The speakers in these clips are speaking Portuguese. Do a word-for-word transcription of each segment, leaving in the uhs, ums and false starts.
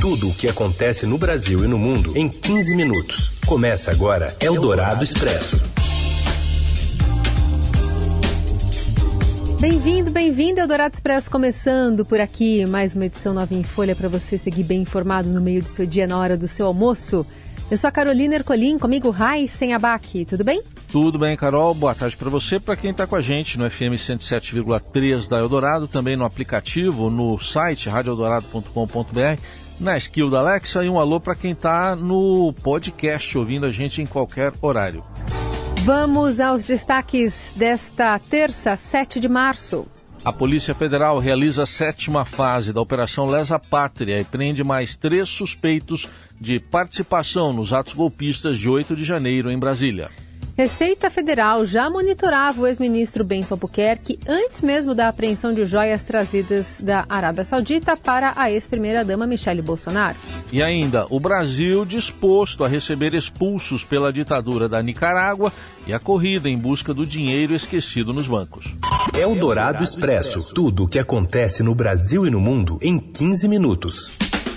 Tudo o que acontece no Brasil e no mundo em quinze minutos. Começa agora Eldorado Expresso. Bem-vindo, bem-vindo, Eldorado Expresso começando por aqui. Mais uma edição nova em folha para você seguir bem informado no meio do seu dia, na hora do seu almoço. Eu sou a Carolina Ercolim, comigo Raíssen Abac, tudo bem? Tudo bem, Carol. Boa tarde para você, para quem está com a gente no F M cento e sete vírgula três da Eldorado, também no aplicativo, no site rádio eldorado ponto com ponto b r, na skill da Alexa, e um alô para quem está no podcast ouvindo a gente em qualquer horário. Vamos aos destaques desta terça, sete de março. A Polícia Federal realiza a sétima fase da Operação Lesa Pátria e prende mais três suspeitos de participação nos atos golpistas de oito de janeiro em Brasília. Receita Federal já monitorava o ex-ministro Bento Albuquerque antes mesmo da apreensão de joias trazidas da Arábia Saudita para a ex-primeira-dama Michele Bolsonaro. E ainda, o Brasil disposto a receber expulsos pela ditadura da Nicarágua e a corrida em busca do dinheiro esquecido nos bancos. Eldorado Expresso. Tudo o que acontece no Brasil e no mundo em quinze minutos.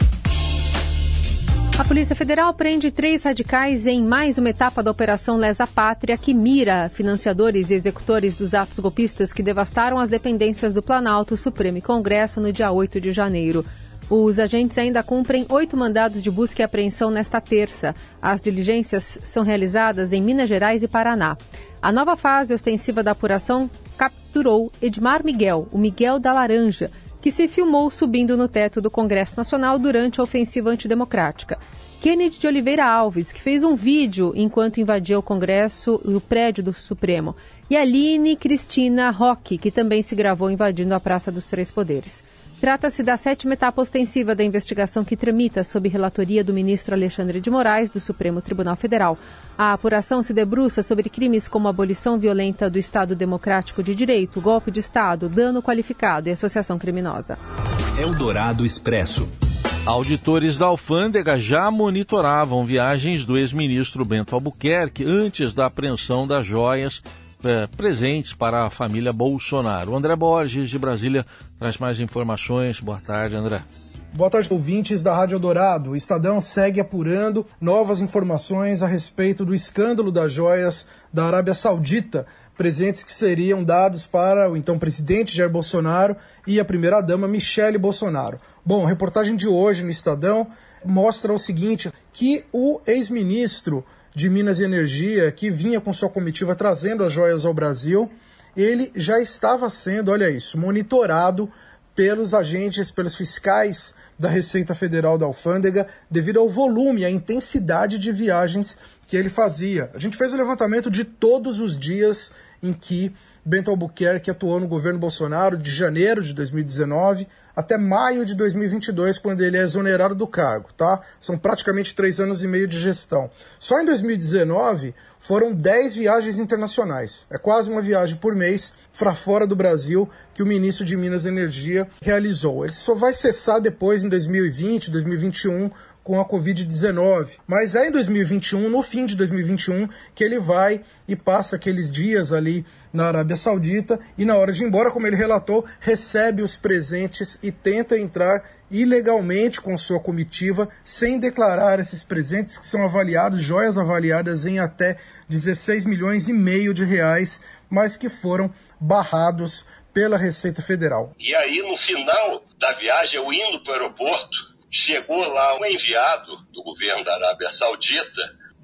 A Polícia Federal prende três radicais em mais uma etapa da Operação Lesa Pátria, que mira financiadores e executores dos atos golpistas que devastaram as dependências do Planalto, Supremo e Congresso no dia oito de janeiro. Os agentes ainda cumprem oito mandados de busca e apreensão nesta terça. As diligências são realizadas em Minas Gerais e Paraná. A nova fase ostensiva da apuração capturou Edmar Miguel, o Miguel da Laranja, que se filmou subindo no teto do Congresso Nacional durante a ofensiva antidemocrática. Kennedy de Oliveira Alves, que fez um vídeo enquanto invadia o Congresso e o prédio do Supremo. E Aline Cristina Roque, que também se gravou invadindo a Praça dos Três Poderes. Trata-se da sétima etapa ostensiva da investigação que tramita sob relatoria do ministro Alexandre de Moraes, do Supremo Tribunal Federal. A apuração se debruça sobre crimes como abolição violenta do Estado Democrático de Direito, golpe de Estado, dano qualificado e associação criminosa. Eldorado Expresso. Auditores da Alfândega já monitoravam viagens do ex-ministro Bento Albuquerque antes da apreensão das joias É, presentes para a família Bolsonaro. O André Borges, de Brasília, traz mais informações. Boa tarde, André. Boa tarde, ouvintes da Rádio Eldorado. O Estadão segue apurando novas informações a respeito do escândalo das joias da Arábia Saudita, presentes que seriam dados para o então presidente Jair Bolsonaro e a primeira-dama Michele Bolsonaro. Bom, a reportagem de hoje no Estadão mostra o seguinte, que o ex-ministro de Minas e Energia, que vinha com sua comitiva trazendo as joias ao Brasil, ele já estava sendo, olha isso, monitorado pelos agentes, pelos fiscais da Receita Federal da Alfândega, devido ao volume, à intensidade de viagens que ele fazia. A gente fez o levantamento de todos os dias em que Bento Albuquerque atuou no governo Bolsonaro, de janeiro de dois mil e dezenove até maio de dois mil e vinte e dois, quando ele é exonerado do cargo, tá? São praticamente três anos e meio de gestão. Só em dois mil e dezenove foram dez viagens internacionais. É quase uma viagem por mês para fora do Brasil que o ministro de Minas e Energia realizou. Ele só vai cessar depois em dois mil e vinte, dois mil e vinte e um, com a covid dezenove. Mas é em dois mil e vinte e um, no fim de dois mil e vinte e um, que ele vai e passa aqueles dias ali na Arábia Saudita e, na hora de ir embora, como ele relatou, recebe os presentes e tenta entrar ilegalmente com sua comitiva, sem declarar esses presentes, que são avaliados, joias avaliadas em até dezesseis milhões e meio de reais, mas que foram barrados pela Receita Federal. E aí, no final da viagem, eu indo para o aeroporto, chegou lá um enviado do governo da Arábia Saudita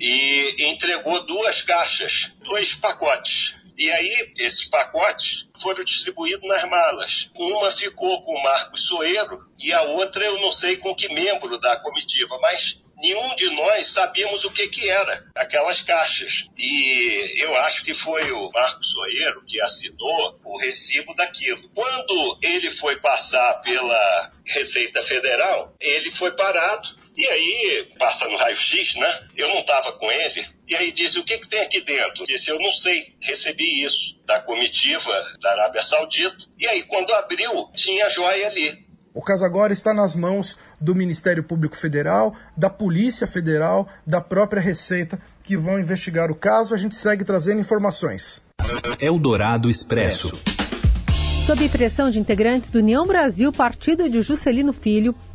e entregou duas caixas, dois pacotes. E aí, esses pacotes foram distribuídos nas malas. Uma ficou com o Marcos Soeiro e a outra eu não sei com que membro da comitiva, mas nenhum de nós sabíamos o que que era aquelas caixas. E eu acho que foi o Marcos Soeiro que assinou o recibo daquilo. Quando ele foi passar pela Receita Federal, ele foi parado. E aí, passa no raio-x, né? Eu não estava com ele. E aí disse, o que que tem aqui dentro? Disse, eu não sei, recebi isso da comitiva da Arábia Saudita. E aí, quando abriu, tinha joia ali. O caso agora está nas mãos do Ministério Público Federal, da Polícia Federal, da própria Receita, que vão investigar o caso. A gente segue trazendo informações. Eldorado Expresso. Sob pressão de integrantes do União Brasil, partido de Juscelino Filho,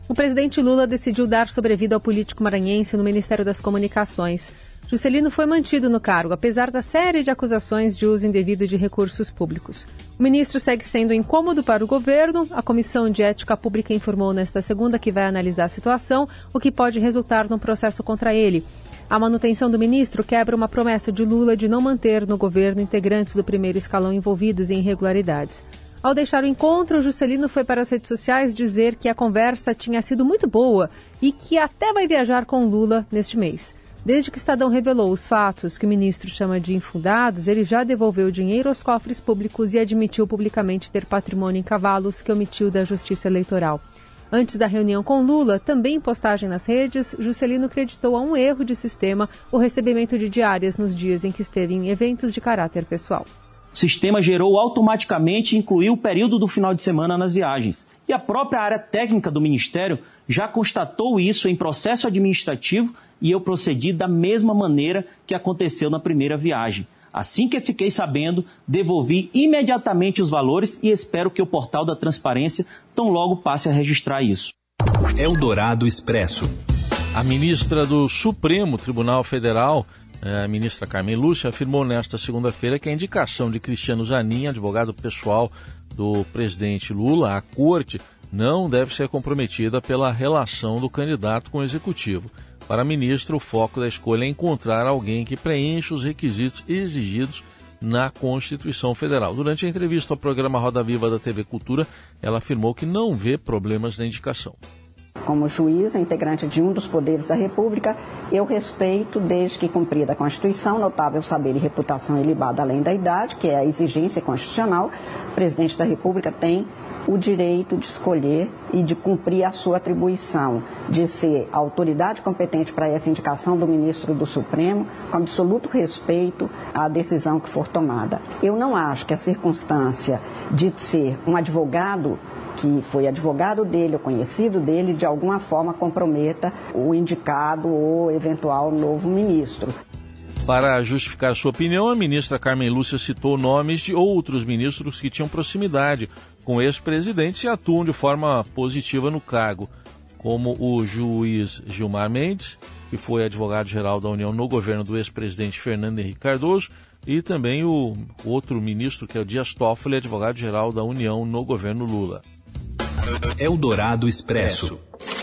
O presidente Lula decidiu dar sobrevida ao político maranhense no Ministério das Comunicações. Juscelino foi mantido no cargo, apesar da série de acusações de uso indevido de recursos públicos. O ministro segue sendo incômodo para o governo. A Comissão de Ética Pública informou nesta segunda que vai analisar a situação, o que pode resultar num processo contra ele. A manutenção do ministro quebra uma promessa de Lula de não manter no governo integrantes do primeiro escalão envolvidos em irregularidades. Ao deixar o encontro, Juscelino foi para as redes sociais dizer que a conversa tinha sido muito boa e que até vai viajar com Lula neste mês. Desde que o Estadão revelou os fatos que o ministro chama de infundados, ele já devolveu dinheiro aos cofres públicos e admitiu publicamente ter patrimônio em cavalos que omitiu da Justiça Eleitoral. Antes da reunião com Lula, também em postagem nas redes, Juscelino creditou a um erro de sistema o recebimento de diárias nos dias em que esteve em eventos de caráter pessoal. O sistema gerou automaticamente e incluiu o período do final de semana nas viagens. E a própria área técnica do Ministério já constatou isso em processo administrativo e eu procedi da mesma maneira que aconteceu na primeira viagem. Assim que fiquei sabendo, devolvi imediatamente os valores e espero que o portal da transparência tão logo passe a registrar isso. Eldorado Expresso. A ministra do Supremo Tribunal Federal, a ministra Carmen Lúcia, afirmou nesta segunda-feira que a indicação de Cristiano Zanin, advogado pessoal do presidente Lula, à corte, não deve ser comprometida pela relação do candidato com o executivo. Para a ministra, o foco da escolha é encontrar alguém que preencha os requisitos exigidos na Constituição Federal. Durante a entrevista ao programa Roda Viva da T V Cultura, ela afirmou que não vê problemas na indicação. Como juíza, integrante de um dos poderes da República, eu respeito, desde que cumprida a Constituição, notável saber e reputação ilibada além da idade, que é a exigência constitucional, o presidente da República tem o direito de escolher e de cumprir a sua atribuição, de ser a autoridade competente para essa indicação do ministro do Supremo, com absoluto respeito à decisão que for tomada. Eu não acho que a circunstância de ser um advogado que foi advogado dele ou conhecido dele, de alguma forma comprometa o indicado ou eventual novo ministro. Para justificar sua opinião, a ministra Carmen Lúcia citou nomes de outros ministros que tinham proximidade com ex-presidentes e atuam de forma positiva no cargo, como o juiz Gilmar Mendes, que foi advogado-geral da União no governo do ex-presidente Fernando Henrique Cardoso, e também o outro ministro, que é o Dias Toffoli, advogado-geral da União no governo Lula. Eldorado Expresso.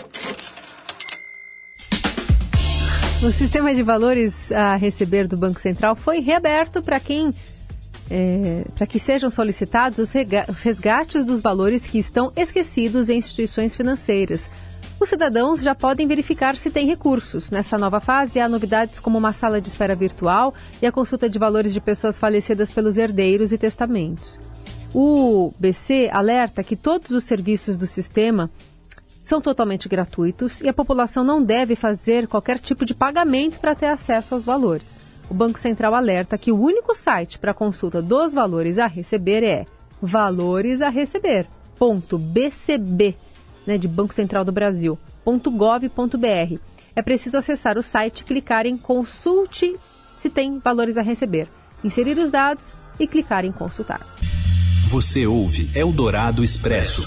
O sistema de valores a receber do Banco Central foi reaberto para quem é, para que sejam solicitados os resgates dos valores que estão esquecidos em instituições financeiras. Os cidadãos já podem verificar se têm recursos. Nessa nova fase, há novidades como uma sala de espera virtual e a consulta de valores de pessoas falecidas pelos herdeiros e testamentos. O B C alerta que todos os serviços do sistema são totalmente gratuitos e a população não deve fazer qualquer tipo de pagamento para ter acesso aos valores. O Banco Central alerta que o único site para consulta dos valores a receber é valores a receber ponto b c b, né, de Banco Central do Brasil, ponto gov ponto b r. É preciso acessar o site e clicar em consulte se tem valores a receber, inserir os dados e clicar em consultar. Você ouve Eldorado Expresso.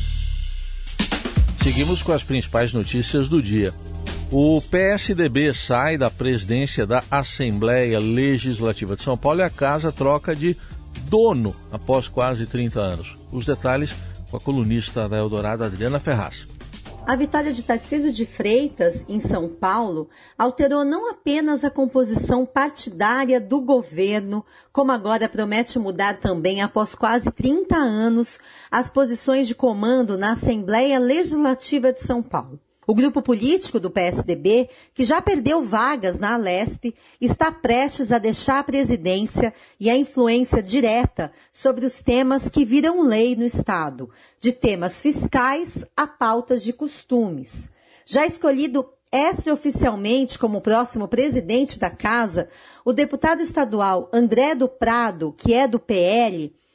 Seguimos com as principais notícias do dia. O P S D B sai da presidência da Assembleia Legislativa de São Paulo e a casa troca de dono após quase trinta anos. Os detalhes com a colunista da Eldorado, Adriana Ferraz. A vitória de Tarcísio de Freitas, em São Paulo, alterou não apenas a composição partidária do governo, como agora promete mudar também, após quase trinta anos, as posições de comando na Assembleia Legislativa de São Paulo. O grupo político do P S D B, que já perdeu vagas na Alesp, está prestes a deixar a presidência e a influência direta sobre os temas que viram lei no Estado, de temas fiscais a pautas de costumes. Já escolhido extraoficialmente como próximo presidente da casa, o deputado estadual André do Prado, que é do P L,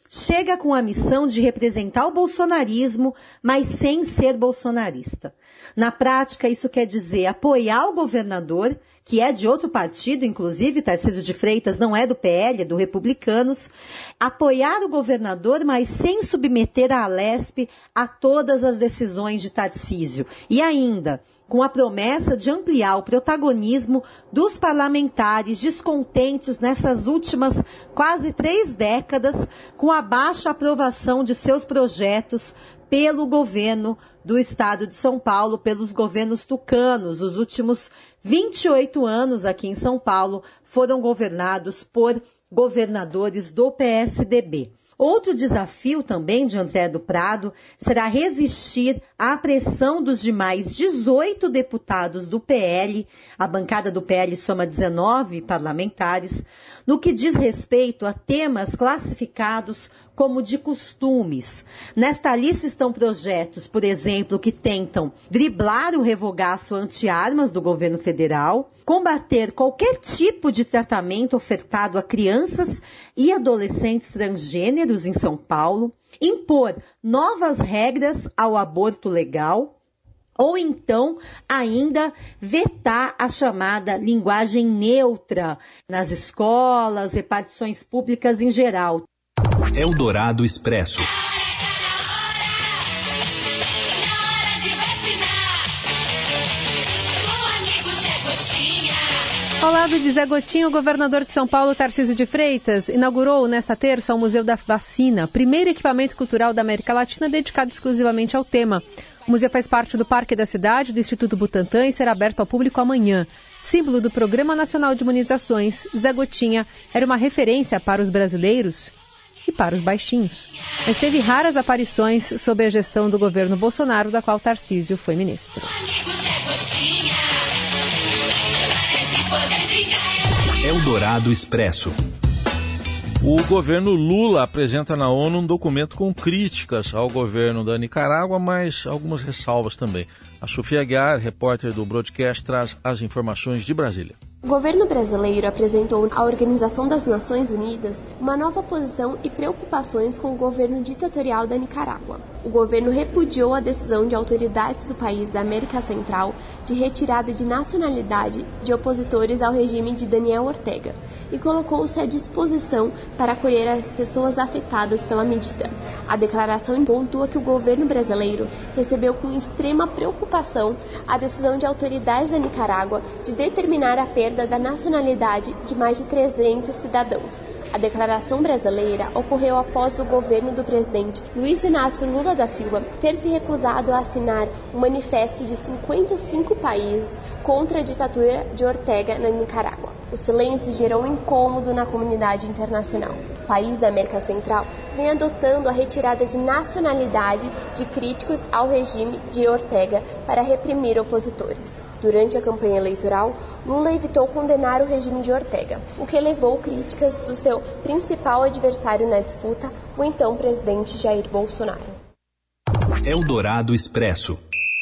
chega com a missão de representar o bolsonarismo, mas sem ser bolsonarista. Na prática, isso quer dizer apoiar o governador, que é de outro partido, inclusive Tarcísio de Freitas não é do P L, é do Republicanos, apoiar o governador, mas sem submeter a Alesp a todas as decisões de Tarcísio. E ainda, com a promessa de ampliar o protagonismo dos parlamentares descontentes nessas últimas quase três décadas com a baixa aprovação de seus projetos pelo governo do estado de São Paulo, pelos governos tucanos. Os últimos vinte e oito anos aqui em São Paulo foram governados por governadores do P S D B. Outro desafio também de André do Prado será resistir à pressão dos demais dezoito deputados do P L, a bancada do P L soma dezenove parlamentares, no que diz respeito a temas classificados como de costumes. Nesta lista estão projetos, por exemplo, que tentam driblar o revogaço anti-armas do governo federal, combater qualquer tipo de tratamento ofertado a crianças e adolescentes transgêneros em São Paulo, impor novas regras ao aborto legal, ou então ainda vetar a chamada linguagem neutra nas escolas, repartições públicas em geral. Eldorado Expresso. Ao lado de Zé Gotinha, o governador de São Paulo, Tarcísio de Freitas, inaugurou nesta terça o Museu da Vacina, primeiro equipamento cultural da América Latina dedicado exclusivamente ao tema. O museu faz parte do Parque da Cidade, do Instituto Butantan, e será aberto ao público amanhã. Símbolo do Programa Nacional de Imunizações, Zé Gotinha era uma referência para os brasileiros e para os baixinhos. Mas teve raras aparições sob a gestão do governo Bolsonaro, da qual Tarcísio foi ministro. Eldorado Expresso. O governo Lula apresenta na ONU um documento com críticas ao governo da Nicarágua, mas algumas ressalvas também. A Sofia Aguiar, repórter do Broadcast, traz as informações de Brasília. O governo brasileiro apresentou à Organização das Nações Unidas uma nova posição e preocupações com o governo ditatorial da Nicarágua. O governo repudiou a decisão de autoridades do país da América Central de retirada de nacionalidade de opositores ao regime de Daniel Ortega e colocou-se à disposição para acolher as pessoas afetadas pela medida. A declaração pontua que o governo brasileiro recebeu com extrema preocupação a decisão de autoridades da Nicarágua de determinar a perda da nacionalidade de mais de trezentos cidadãos. A declaração brasileira ocorreu após o governo do presidente Luiz Inácio Lula da Silva ter se recusado a assinar um manifesto de cinquenta e cinco países contra a ditadura de Ortega na Nicarágua. O silêncio gerou um incômodo na comunidade internacional. O país da América Central vem adotando a retirada de nacionalidade de críticos ao regime de Ortega para reprimir opositores. Durante a campanha eleitoral, Lula evitou condenar o regime de Ortega, o que levou críticas do seu principal adversário na disputa, o então presidente Jair Bolsonaro. Eldorado Expresso.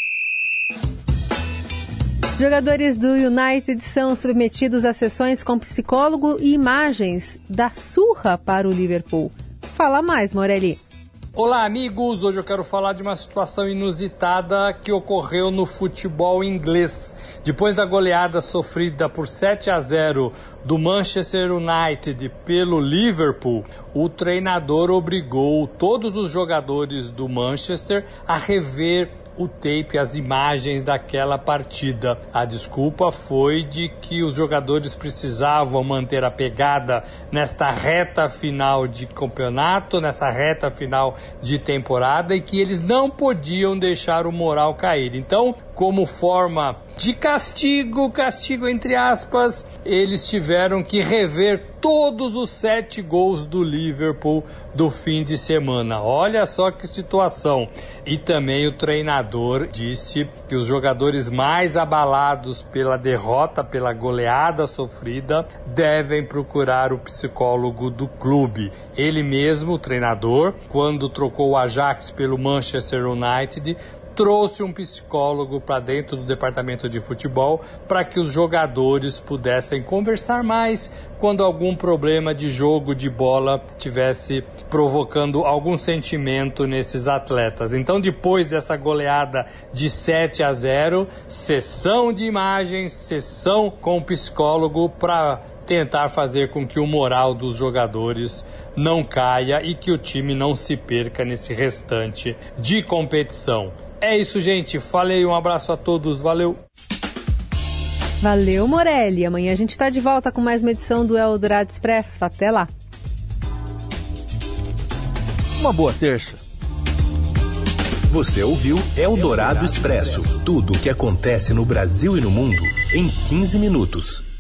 Jogadores do United são submetidos a sessões com psicólogo e imagens da surra para o Liverpool. Fala mais, Morelli. Olá, amigos! Hoje eu quero falar de uma situação inusitada que ocorreu no futebol inglês. Depois da goleada sofrida por sete a zero do Manchester United pelo Liverpool, o treinador obrigou todos os jogadores do Manchester a rever o tape, as imagens daquela partida. A desculpa foi de que os jogadores precisavam manter a pegada nesta reta final de campeonato, nessa reta final de temporada, e que eles não podiam deixar o moral cair. Então, como forma de castigo, castigo entre aspas, eles tiveram que rever todos os sete gols do Liverpool do fim de semana. Olha só que situação. E também o treinador disse que os jogadores mais abalados pela derrota, pela goleada sofrida, devem procurar o psicólogo do clube. Ele mesmo, o treinador, quando trocou o Ajax pelo Manchester United, trouxe um psicólogo para dentro do departamento de futebol para que os jogadores pudessem conversar mais quando algum problema de jogo de bola tivesse provocando algum sentimento nesses atletas. Então, depois dessa goleada de sete a zero, sessão de imagens, sessão com o psicólogo para tentar fazer com que o moral dos jogadores não caia e que o time não se perca nesse restante de competição. É isso, gente. Falei, um abraço a todos. Valeu. Valeu, Morelli. Amanhã a gente está de volta com mais uma edição do Eldorado Expresso. Até lá. Uma boa terça. Você ouviu Eldorado Expresso. Tudo o que acontece no Brasil e no mundo em quinze minutos.